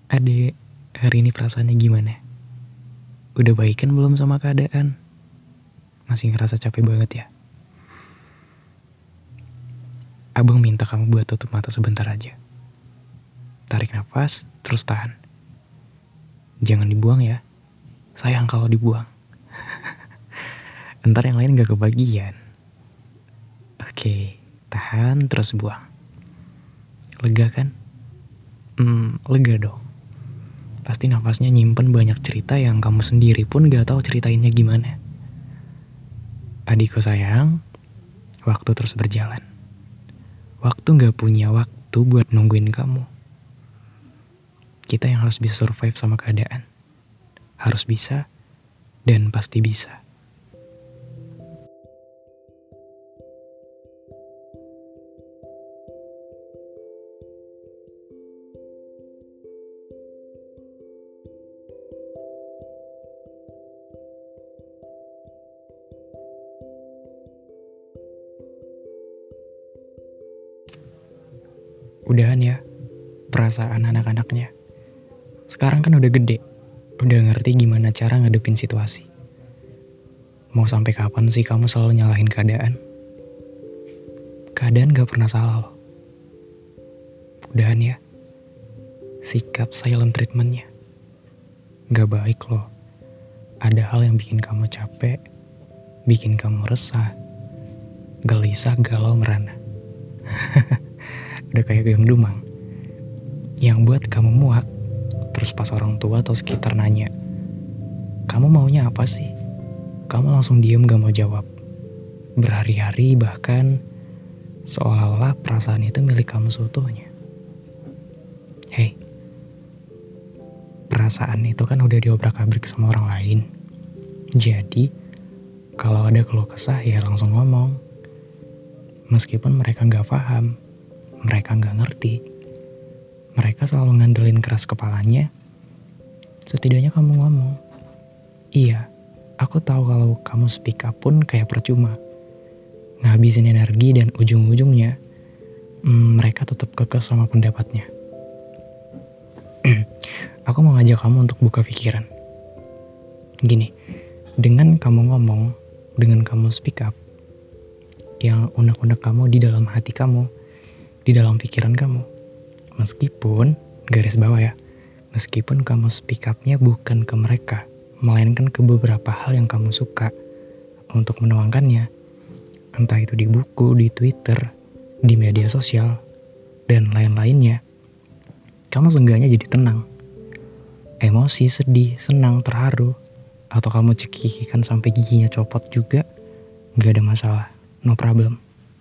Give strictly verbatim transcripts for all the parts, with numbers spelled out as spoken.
Adek, hari ini perasaannya gimana? Udah baikan belum sama keadaan? Masih ngerasa capek banget ya? Abang minta kamu buat tutup mata sebentar aja. Tarik nafas, terus tahan. Jangan dibuang ya. Sayang kalau dibuang. Ntar yang lain gak kebagian. Oke, tahan terus buang. Lega kan? Hmm, lega dong. Pasti nafasnya nyimpen banyak cerita yang kamu sendiri pun gak tahu ceritainnya gimana. Adikku sayang, waktu terus berjalan. Waktu gak punya waktu buat nungguin kamu. Kita yang harus bisa survive sama keadaan. Harus bisa, dan pasti bisa. Udahan ya, perasaan anak-anaknya. Sekarang kan udah gede, udah ngerti gimana cara ngadepin situasi. Mau sampai kapan sih kamu selalu nyalahin keadaan? Keadaan gak pernah salah loh. Udahan ya, sikap silent treatmentnya. Gak baik loh. Ada hal yang bikin kamu capek, bikin kamu resah, gelisah, galau, merana. Udah kayak Gang Dumang. Yang buat kamu muak, terus pas orang tua atau sekitar nanya, kamu maunya apa sih? Kamu langsung diem gak mau jawab. Berhari-hari bahkan seolah-olah perasaan itu milik kamu seutuhnya. Hei, perasaan itu kan udah diobrak-abrik sama orang lain. Jadi, kalau ada keluh kesah ya langsung ngomong. Meskipun mereka gak paham, mereka gak ngerti, mereka selalu ngandelin keras kepalanya, setidaknya kamu ngomong. Iya, aku tahu kalau kamu speak up pun kayak percuma. Ngabisin energi dan ujung-ujungnya, hmm, mereka tetap kekeh sama pendapatnya. Aku mau ngajak kamu untuk buka pikiran. Gini, dengan kamu ngomong, dengan kamu speak up, yang unek-unek kamu di dalam hati kamu, di dalam pikiran kamu. Meskipun, garis bawah ya, meskipun kamu speak up-nya bukan ke mereka, melainkan ke beberapa hal yang kamu suka untuk menuangkannya, entah itu di buku, di Twitter, di media sosial, dan lain-lainnya, kamu seenggaknya jadi tenang. Emosi, sedih, senang, terharu, atau kamu cekikikan sampai giginya copot juga, gak ada masalah, no problem.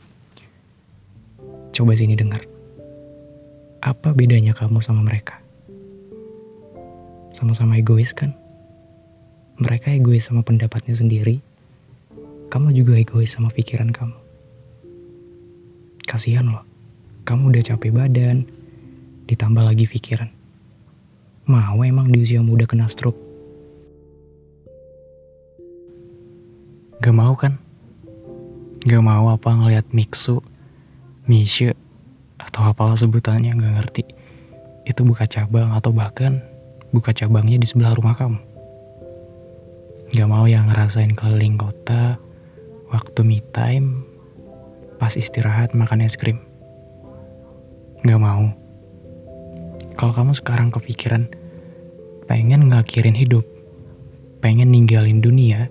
Coba sini dengar. Apa bedanya kamu sama mereka? Sama-sama egois kan? Mereka egois sama pendapatnya sendiri. Kamu juga egois sama pikiran kamu. Kasihan loh. Kamu udah capek badan, ditambah lagi pikiran. Mau emang di usia muda kena stroke? Gak mau kan? Gak mau apa ngeliat Miksu, Misha, atau apalah sebutannya, gak ngerti. Itu buka cabang atau bahkan buka cabangnya di sebelah rumah kamu. Gak mau yang ngerasain keliling kota, waktu me time, pas istirahat makan es krim. Gak mau. Kalau kamu sekarang kepikiran pengen ngakhirin hidup, pengen ninggalin dunia,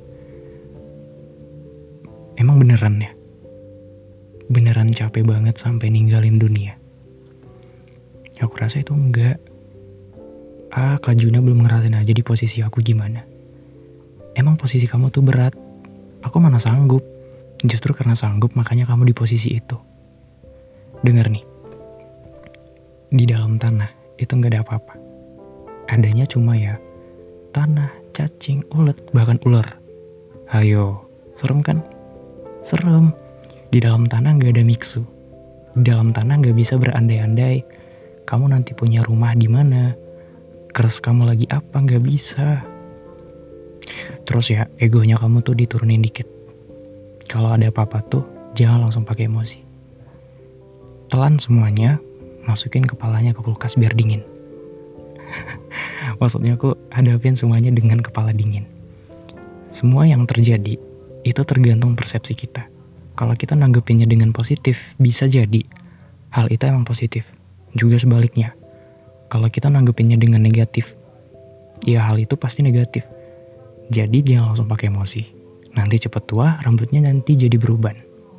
emang beneran ya? Beneran capek banget sampai ninggalin dunia? Aku rasa itu enggak. Ah, Kak Juna belum ngerasain aja di posisi aku gimana. Emang posisi kamu tuh berat. Aku mana sanggup. Justru karena sanggup makanya kamu di posisi itu. Dengar nih. Di dalam tanah itu enggak ada apa-apa. Adanya cuma ya tanah, cacing, ulet, bahkan ular. Hayo, serem kan? Serem. Di dalam tanah gak ada Miksu. Di dalam tanah gak bisa berandai-andai kamu nanti punya rumah di mana, keres kamu lagi apa, gak bisa. Terus ya, egonya kamu tuh diturunin dikit. Kalau ada apa-apa tuh, jangan langsung pakai emosi. Telan semuanya, masukin kepalanya ke kulkas biar dingin. Maksudnya aku hadapin semuanya dengan kepala dingin. Semua yang terjadi itu tergantung persepsi kita. Kalau kita nanggepinnya dengan positif, bisa jadi hal itu emang positif. Juga sebaliknya, kalau kita nanggepinnya dengan negatif, ya hal itu pasti negatif. Jadi jangan langsung pakai emosi. Nanti cepet tua, rambutnya nanti jadi beruban.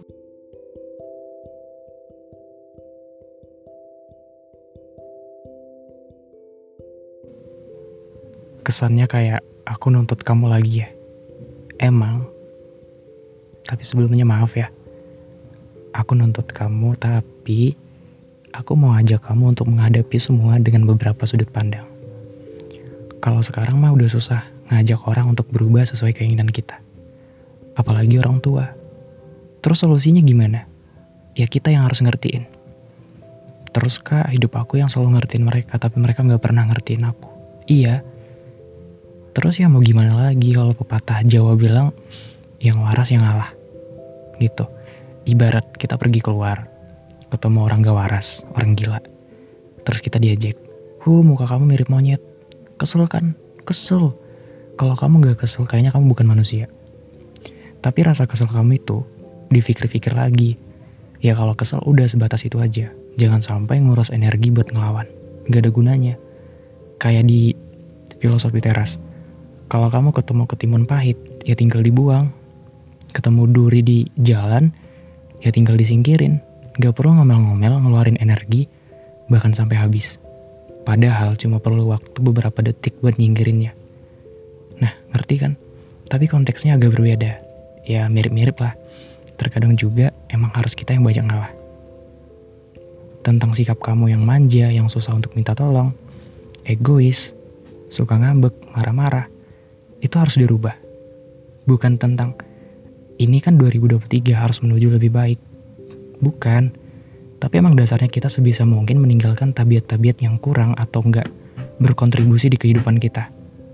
Kesannya kayak aku nuntut kamu lagi ya. Emang. Tapi sebelumnya maaf ya. Aku nuntut kamu, tapi aku mau ajak kamu untuk menghadapi semua dengan beberapa sudut pandang. Kalau sekarang mah udah susah ngajak orang untuk berubah sesuai keinginan kita. Apalagi orang tua. Terus solusinya gimana? Ya kita yang harus ngertiin. Terus kak, hidup aku yang selalu ngertiin mereka, tapi mereka gak pernah ngertiin aku. Iya. Terus ya mau gimana lagi kalau pepatah Jawa bilang, yang waras yang ngalah. Gitu. Ibarat kita pergi keluar, ketemu orang gak waras, orang gila. Terus kita diajak, huh muka kamu mirip monyet. Kesel kan? Kesel. Kalau kamu gak kesel, kayaknya kamu bukan manusia. Tapi rasa kesel kamu itu, dipikir-pikir lagi. Ya kalau kesel udah sebatas itu aja. Jangan sampai ngurus energi buat ngelawan. Gak ada gunanya. Kayak di filosofi teras. Kalau kamu ketemu ketimun pahit, ya tinggal dibuang. Ketemu duri di jalan, ya tinggal disingkirin. Gak perlu ngomel-ngomel ngeluarin energi, bahkan sampai habis. Padahal cuma perlu waktu beberapa detik buat nyingkirinnya. Nah, ngerti kan? Tapi konteksnya agak berbeda. Ya mirip-mirip lah. Terkadang juga emang harus kita yang banyak ngalah. Tentang sikap kamu yang manja, yang susah untuk minta tolong, egois, suka ngambek, marah-marah, itu harus dirubah. Bukan tentang, ini kan dua ribu dua puluh tiga harus menuju lebih baik. Bukan. Tapi emang dasarnya kita sebisa mungkin meninggalkan tabiat-tabiat yang kurang atau enggak berkontribusi di kehidupan kita.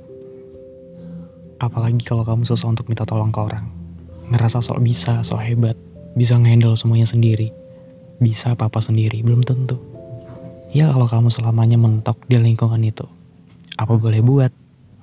Apalagi kalau kamu susah untuk minta tolong ke orang. Ngerasa sok bisa, sok hebat, bisa ngehandle semuanya sendiri. Bisa apa-apa sendiri, belum tentu. Ya kalau kamu selamanya mentok di lingkungan itu, apa boleh buat?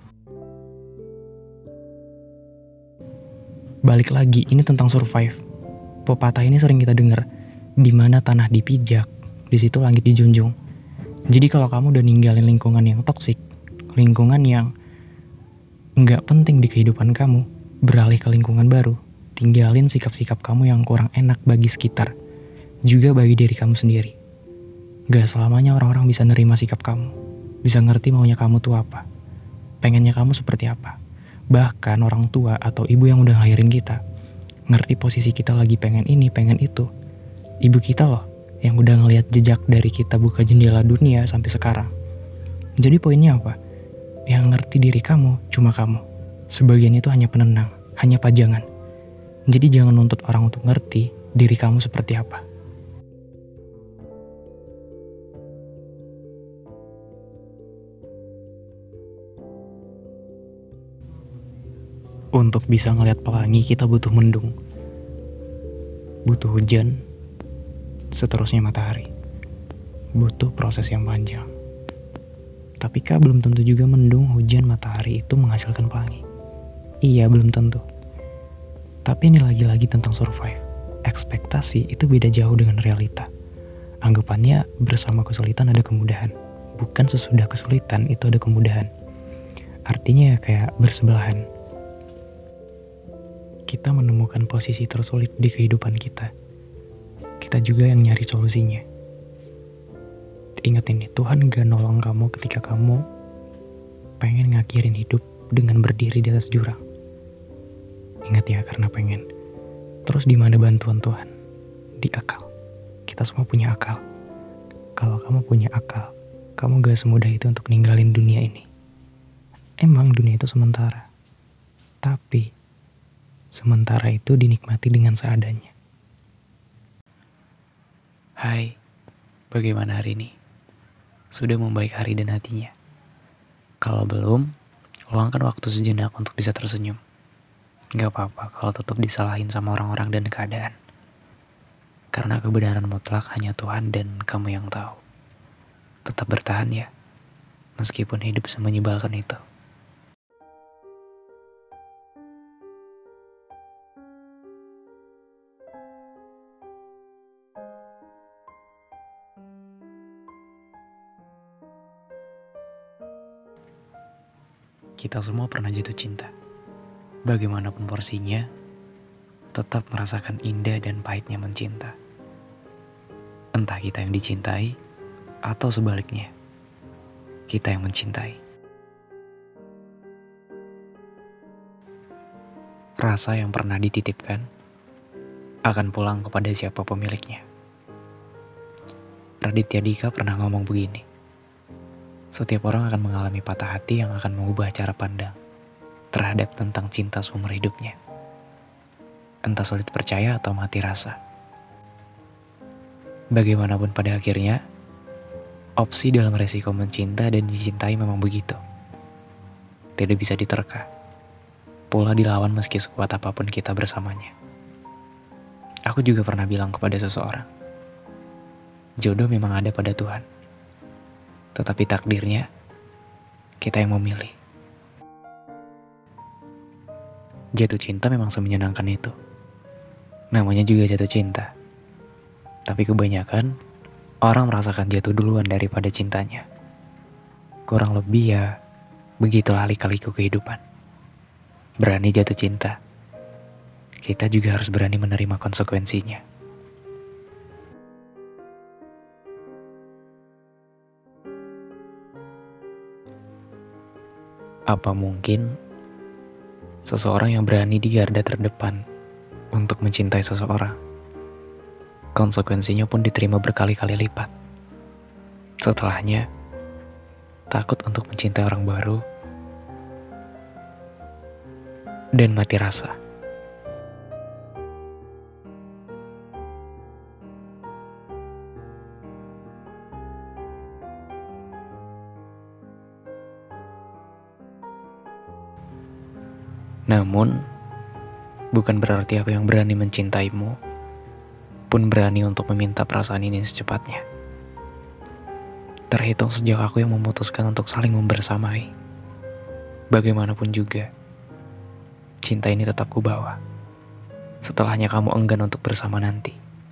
Balik lagi, ini tentang survive. Pepatah ini sering kita dengar, di mana tanah dipijak, di situ langit dijunjung. Jadi kalau kamu udah ninggalin lingkungan yang toksik, lingkungan yang nggak penting di kehidupan kamu, beralih ke lingkungan baru, tinggalin sikap-sikap kamu yang kurang enak bagi sekitar, juga bagi diri kamu sendiri. Gak selamanya orang-orang bisa nerima sikap kamu, bisa ngerti maunya kamu tuh apa, pengennya kamu seperti apa. Bahkan orang tua atau ibu yang udah ngelahirin kita, ngerti posisi kita lagi pengen ini, pengen itu. Ibu kita loh, yang udah ngelihat jejak dari kita buka jendela dunia sampai sekarang. Jadi poinnya apa? Yang ngerti diri kamu, cuma kamu. Sebagian itu hanya penenang, hanya pajangan. Jadi jangan nuntut orang untuk ngerti diri kamu seperti apa. Untuk bisa ngelihat pelangi kita butuh mendung, butuh hujan, seterusnya matahari. Butuh proses yang panjang. Tapi kak belum tentu juga mendung, hujan, matahari itu menghasilkan pelangi. Iya belum tentu. Tapi ini lagi-lagi tentang survive. Ekspektasi itu beda jauh dengan realita. Anggapannya bersama kesulitan ada kemudahan. Bukan sesudah kesulitan itu ada kemudahan. Artinya ya kayak bersebelahan. Kita menemukan posisi tersulit di kehidupan kita. Kita juga yang nyari solusinya. Ingat ini, Tuhan gak nolong kamu ketika kamu pengen ngakhirin hidup dengan berdiri di atas jurang. Ingat ya, karena pengen. Terus di mana bantuan Tuhan? Di akal. Kita semua punya akal. Kalau kamu punya akal, kamu gak semudah itu untuk ninggalin dunia ini. Emang dunia itu sementara. Tapi sementara itu dinikmati dengan seadanya. Hai, bagaimana hari ini? Sudah membaik hari dan hatinya? Kalau belum, luangkan waktu sejenak untuk bisa tersenyum. Gak apa-apa kalau tetap disalahin sama orang-orang dan keadaan. Karena kebenaran mutlak hanya Tuhan dan kamu yang tahu. Tetap bertahan ya. meskipun hidup semenyebalkan itu. Kita semua pernah jatuh cinta. Bagaimanapun porsinya, tetap merasakan indah dan pahitnya mencinta. Entah kita yang dicintai, atau sebaliknya, kita yang mencintai. Rasa yang pernah dititipkan akan pulang kepada siapa pemiliknya. Raditya Dika pernah ngomong begini, setiap orang akan mengalami patah hati yang akan mengubah cara pandang terhadap tentang cinta seumur hidupnya. Entah sulit percaya atau mati rasa. Bagaimanapun pada akhirnya, opsi dalam resiko mencinta dan dicintai memang begitu. Tidak bisa diterka. Pula dilawan meski sekuat apapun kita bersamanya. Aku juga pernah bilang kepada seseorang, jodoh memang ada pada Tuhan. Tetapi takdirnya, kita yang memilih. Jatuh cinta memang semenyenangkan itu. Namanya juga jatuh cinta. Tapi kebanyakan, orang merasakan jatuh duluan daripada cintanya. Kurang lebih ya, begitulah lika-liku kehidupan. Berani jatuh cinta, kita juga harus berani menerima konsekuensinya. Apa mungkin seseorang yang berani di garda terdepan untuk mencintai seseorang, konsekuensinya pun diterima berkali-kali lipat. Setelahnya, takut untuk mencintai orang baru dan mati rasa. Namun, bukan berarti aku yang berani mencintaimu pun berani untuk meminta perasaan ini secepatnya. Terhitung sejak aku yang memutuskan untuk saling membersamai. Bagaimanapun juga, cinta ini tetap kubawa. Setelahnya kamu enggan untuk bersama nanti.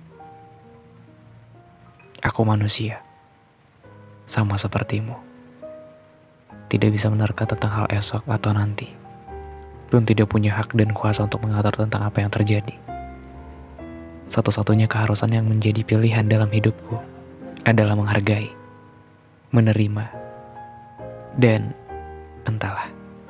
Aku manusia, sama sepertimu. Tidak bisa menerka tentang hal esok atau nanti. Pun tidak punya hak dan kuasa untuk mengatur tentang apa yang terjadi. Satu-satunya keharusan yang menjadi pilihan dalam hidupku adalah menghargai, menerima, dan entahlah.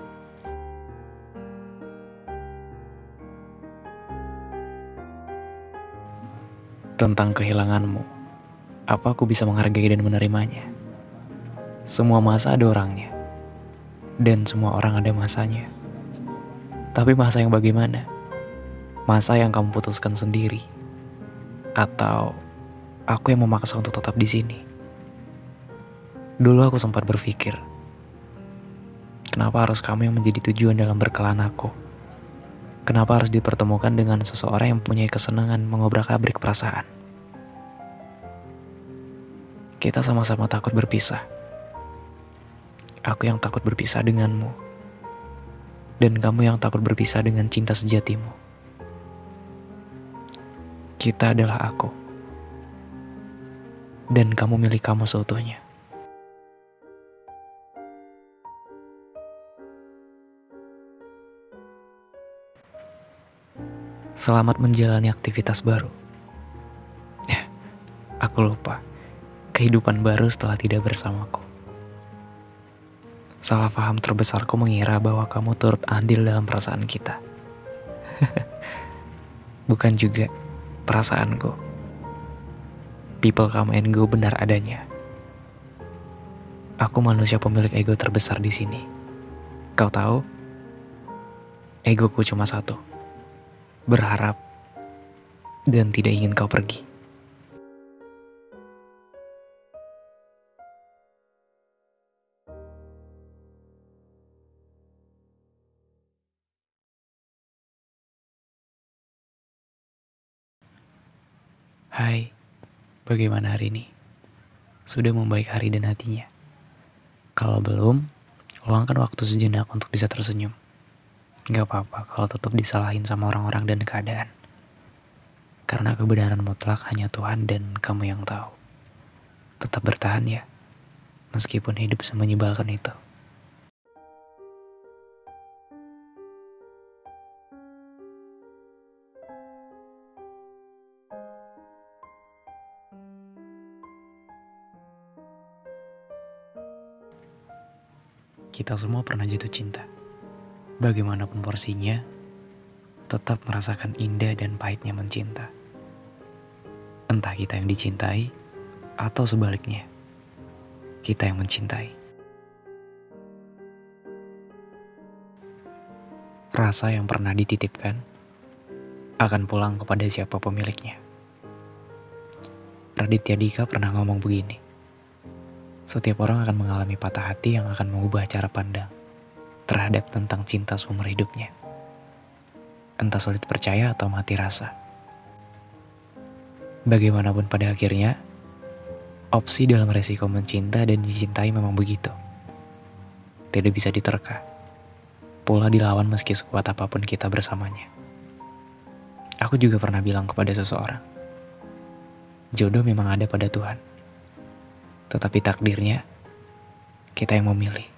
Tentang kehilanganmu, apa aku bisa menghargai dan menerimanya? Semua masa ada orangnya, dan semua orang ada masanya. Tapi masa yang bagaimana? Masa yang kamu putuskan sendiri? Atau aku yang memaksa untuk tetap di sini? Dulu aku sempat berpikir, kenapa harus kamu yang menjadi tujuan dalam berkelana aku? Kenapa harus dipertemukan dengan seseorang yang mempunyai kesenangan mengobrak-abrik perasaan? Kita sama-sama takut berpisah. Aku yang takut berpisah denganmu. Dan kamu yang takut berpisah dengan cinta sejatimu. Kita adalah aku. Dan kamu milik kamu seutuhnya. Selamat menjalani aktivitas baru. Ya, aku lupa. Kehidupan baru setelah tidak bersamaku. Salah paham terbesarku mengira bahwa kamu turut andil dalam perasaan kita. Bukan juga perasaanku. People come and go benar adanya. Aku manusia pemilik ego terbesar di sini. Kau tahu? Egoku cuma satu. Berharap dan tidak ingin kau pergi. Hai, bagaimana hari ini? Sudah membaik hari dan hatinya? Kalau belum, luangkan waktu sejenak untuk bisa tersenyum. Gak apa-apa kalau tetap disalahin sama orang-orang dan keadaan. Karena kebenaran mutlak hanya Tuhan dan kamu yang tahu. Tetap bertahan ya, meskipun hidup semenyebalkan itu. Kita semua pernah jatuh cinta. Bagaimanapun porsinya, tetap merasakan indah dan pahitnya mencinta. Entah kita yang dicintai, atau sebaliknya, kita yang mencintai. Rasa yang pernah dititipkan akan pulang kepada siapa pemiliknya. Raditya Dika pernah ngomong begini, setiap orang akan mengalami patah hati yang akan mengubah cara pandang terhadap tentang cinta seumur hidupnya. Entah sulit percaya atau mati rasa. Bagaimanapun pada akhirnya, opsi dalam resiko mencinta dan dicintai memang begitu. Tidak bisa diterka. Pula dilawan meski sekuat apapun kita bersamanya. Aku juga pernah bilang kepada seseorang, jodoh memang ada pada Tuhan. Tetapi takdirnya, kita yang memilih.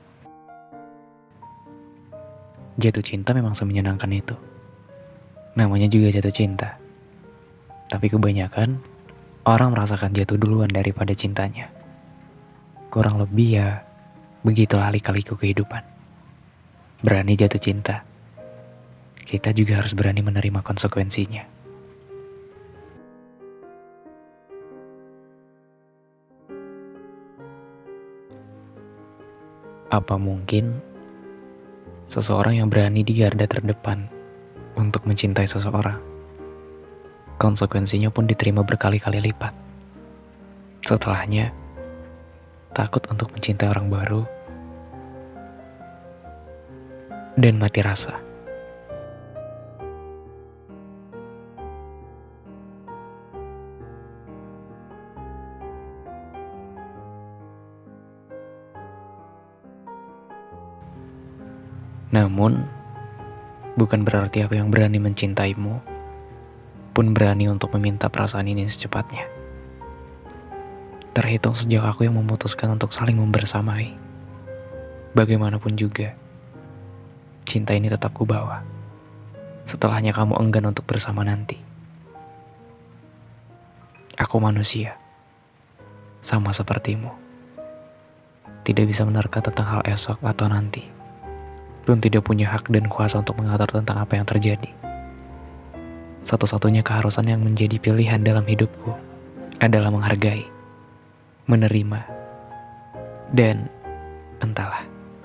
Jatuh cinta memang semenyenangkan itu. Namanya juga jatuh cinta. Tapi kebanyakan, orang merasakan jatuh duluan daripada cintanya. Kurang lebih ya, begitulah lika-liku kehidupan. Berani jatuh cinta, kita juga harus berani menerima konsekuensinya. Apa mungkin seseorang yang berani di garda terdepan untuk mencintai seseorang, konsekuensinya pun diterima berkali-kali lipat. Setelahnya, takut untuk mencintai orang baru dan mati rasa. Namun, bukan berarti aku yang berani mencintaimu pun berani untuk meminta perasaan ini secepatnya. Terhitung sejak aku yang memutuskan untuk saling membersamai. Bagaimanapun juga, cinta ini tetap kubawa. Setelahnya kamu enggan untuk bersama nanti. Aku manusia, sama sepertimu. Tidak bisa menerka tentang hal esok atau nanti. Pun tidak punya hak dan kuasa untuk mengatur tentang apa yang terjadi. Satu-satunya keharusan yang menjadi pilihan dalam hidupku adalah menghargai, menerima, dan entahlah.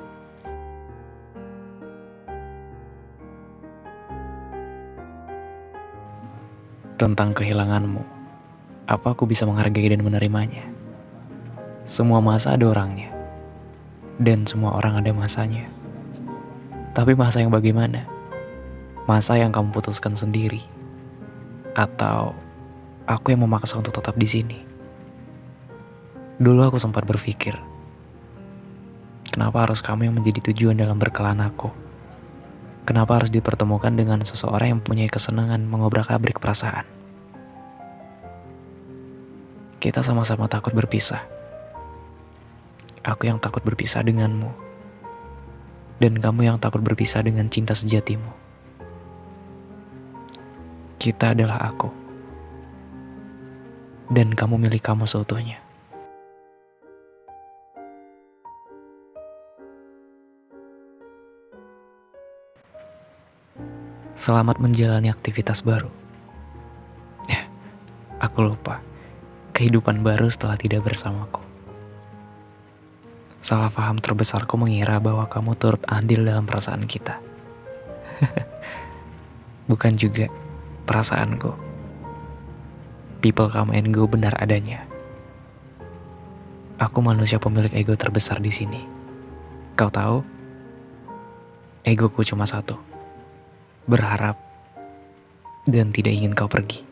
Tentang kehilanganmu, apa aku bisa menghargai dan menerimanya? Semua masa ada orangnya, dan semua orang ada masanya. Tapi masa yang bagaimana? Masa yang kamu putuskan sendiri? Atau aku yang memaksa untuk tetap di sini? Dulu aku sempat berpikir, kenapa harus kamu yang menjadi tujuan dalam berkelana aku? Kenapa harus dipertemukan dengan seseorang yang mempunyai kesenangan mengobrak-abrik perasaan? Kita sama-sama takut berpisah. Aku yang takut berpisah denganmu. Dan kamu yang takut berpisah dengan cinta sejatimu. Kita adalah aku. Dan kamu milik kamu seutuhnya. Selamat menjalani aktivitas baru. Ya, aku lupa. Kehidupan baru setelah tidak bersamaku. Salah paham terbesarku mengira bahwa kamu turut andil dalam perasaan kita. Bukan juga perasaanku. People come and go benar adanya. Aku manusia pemilik ego terbesar di sini. Kau tahu? Egoku cuma satu. Berharap dan tidak ingin kau pergi.